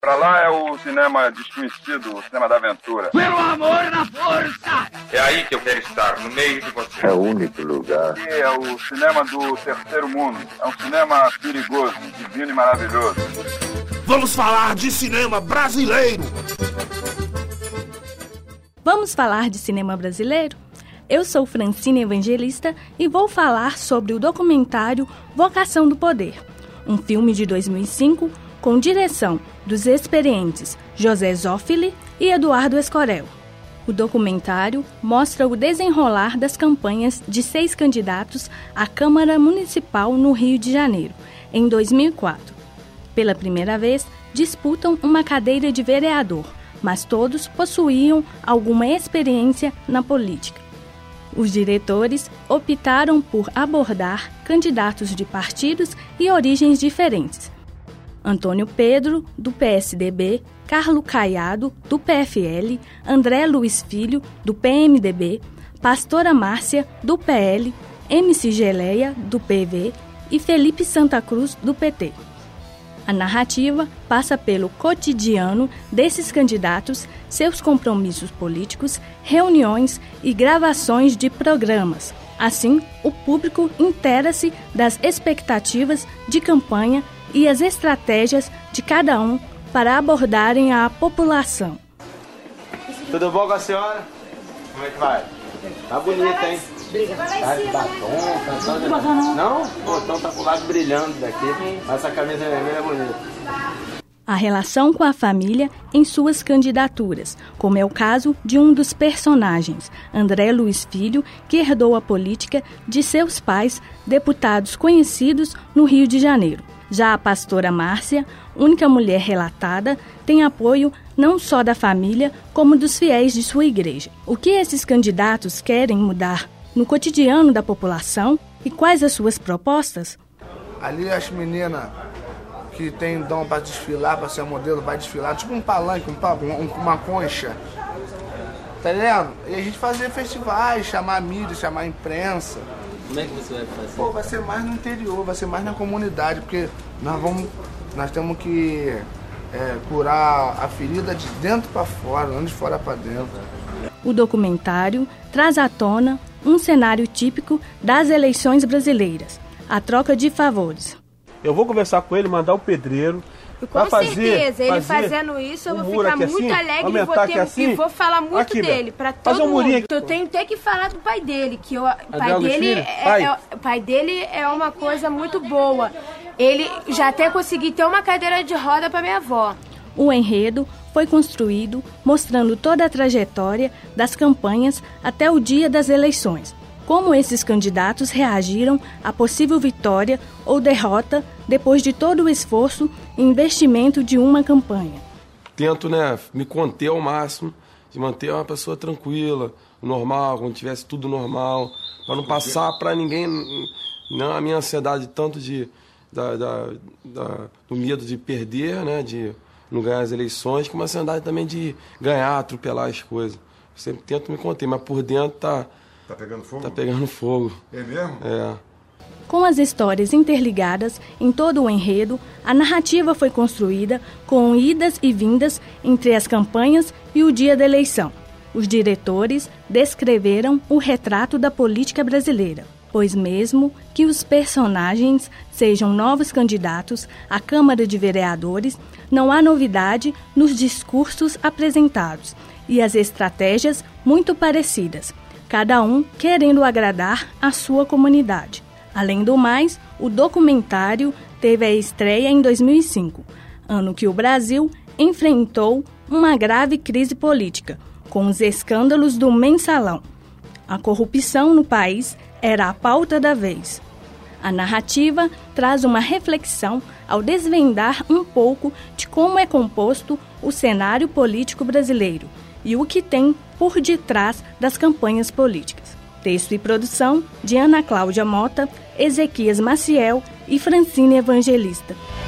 Pra lá é o cinema desconhecido, o cinema da aventura. Pelo amor na força! É aí que eu quero estar, no meio de você. É o único lugar. Aqui é o cinema do terceiro mundo. É um cinema perigoso, divino e maravilhoso. Vamos falar de cinema brasileiro! Vamos falar de cinema brasileiro? Eu sou Francine Evangelista e vou falar sobre o documentário Vocação do Poder, um filme de 2005 com direção dos experientes José Zófili e Eduardo Escorel. O documentário mostra o desenrolar das campanhas de 6 candidatos à Câmara Municipal no Rio de Janeiro, em 2004. Pela primeira vez, disputam uma cadeira de vereador, mas todos possuíam alguma experiência na política. Os diretores optaram por abordar candidatos de partidos e origens diferentes. Antônio Pedro, do PSDB, Carlo Caiado, do PFL, André Luiz Filho, do PMDB, Pastora Márcia, do PL, MC Geleia, do PV e Felipe Santa Cruz, do PT. A narrativa passa pelo cotidiano desses candidatos, seus compromissos políticos, reuniões e gravações de programas. Assim, o público inteira-se das expectativas de campanha e as estratégias de cada um para abordarem a população. Tudo bom com a senhora? Como é que vai? Tá bonita, hein? Tá de batom, cantando. Não? Pô, então tá com o lado brilhando daqui. Essa camisa vermelha é bonita. A relação com a família em suas candidaturas, como é o caso de um dos personagens, André Luiz Filho, que herdou a política de seus pais, deputados conhecidos no Rio de Janeiro. Já a pastora Márcia, única mulher relatada, tem apoio não só da família, como dos fiéis de sua igreja. O que esses candidatos querem mudar no cotidiano da população e quais as suas propostas? Ali as meninas que tem dom para desfilar, para ser modelo, vai desfilar, tipo um palanque, uma concha. Tá entendendo? E a gente fazer festivais, chamar a mídia, chamar a imprensa. Como é que você vai fazer? Pô, vai ser mais no interior, vai ser mais na comunidade, porque nós temos que curar a ferida de dentro para fora, não de fora para dentro. O documentário traz à tona um cenário típico das eleições brasileiras, a troca de favores. Eu vou conversar com ele, mandar o pedreiro. Com certeza, ele fazendo isso, eu vou ficar muito alegre e vou falar muito dele para todo mundo. Eu tenho até que falar do pai dele, que o pai dele é uma coisa muito boa. Ele já até consegui ter uma cadeira de roda para minha avó. O enredo foi construído mostrando toda a trajetória das campanhas até o dia das eleições. Como esses candidatos reagiram à possível vitória ou derrota depois de todo o esforço e investimento de uma campanha. Tento, me conter ao máximo, de manter uma pessoa tranquila, normal, quando tivesse tudo normal, para não passar para ninguém a minha ansiedade tanto do medo de perder, de não ganhar as eleições, como a ansiedade também de ganhar, atropelar as coisas. Eu sempre tento me conter, mas por dentro tá pegando fogo? Tá pegando fogo. É mesmo? É. Com as histórias interligadas em todo o enredo, a narrativa foi construída com idas e vindas entre as campanhas e o dia da eleição. Os diretores descreveram o retrato da política brasileira, pois mesmo que os personagens sejam novos candidatos à Câmara de Vereadores, não há novidade nos discursos apresentados e as estratégias muito parecidas, cada um querendo agradar a sua comunidade. Além do mais, o documentário teve a estreia em 2005, ano que o Brasil enfrentou uma grave crise política, com os escândalos do Mensalão. A corrupção no país era a pauta da vez. A narrativa traz uma reflexão ao desvendar um pouco de como é composto o cenário político brasileiro e o que tem por detrás das campanhas políticas. Texto e produção de Ana Cláudia Mota, Ezequias Maciel e Francine Evangelista.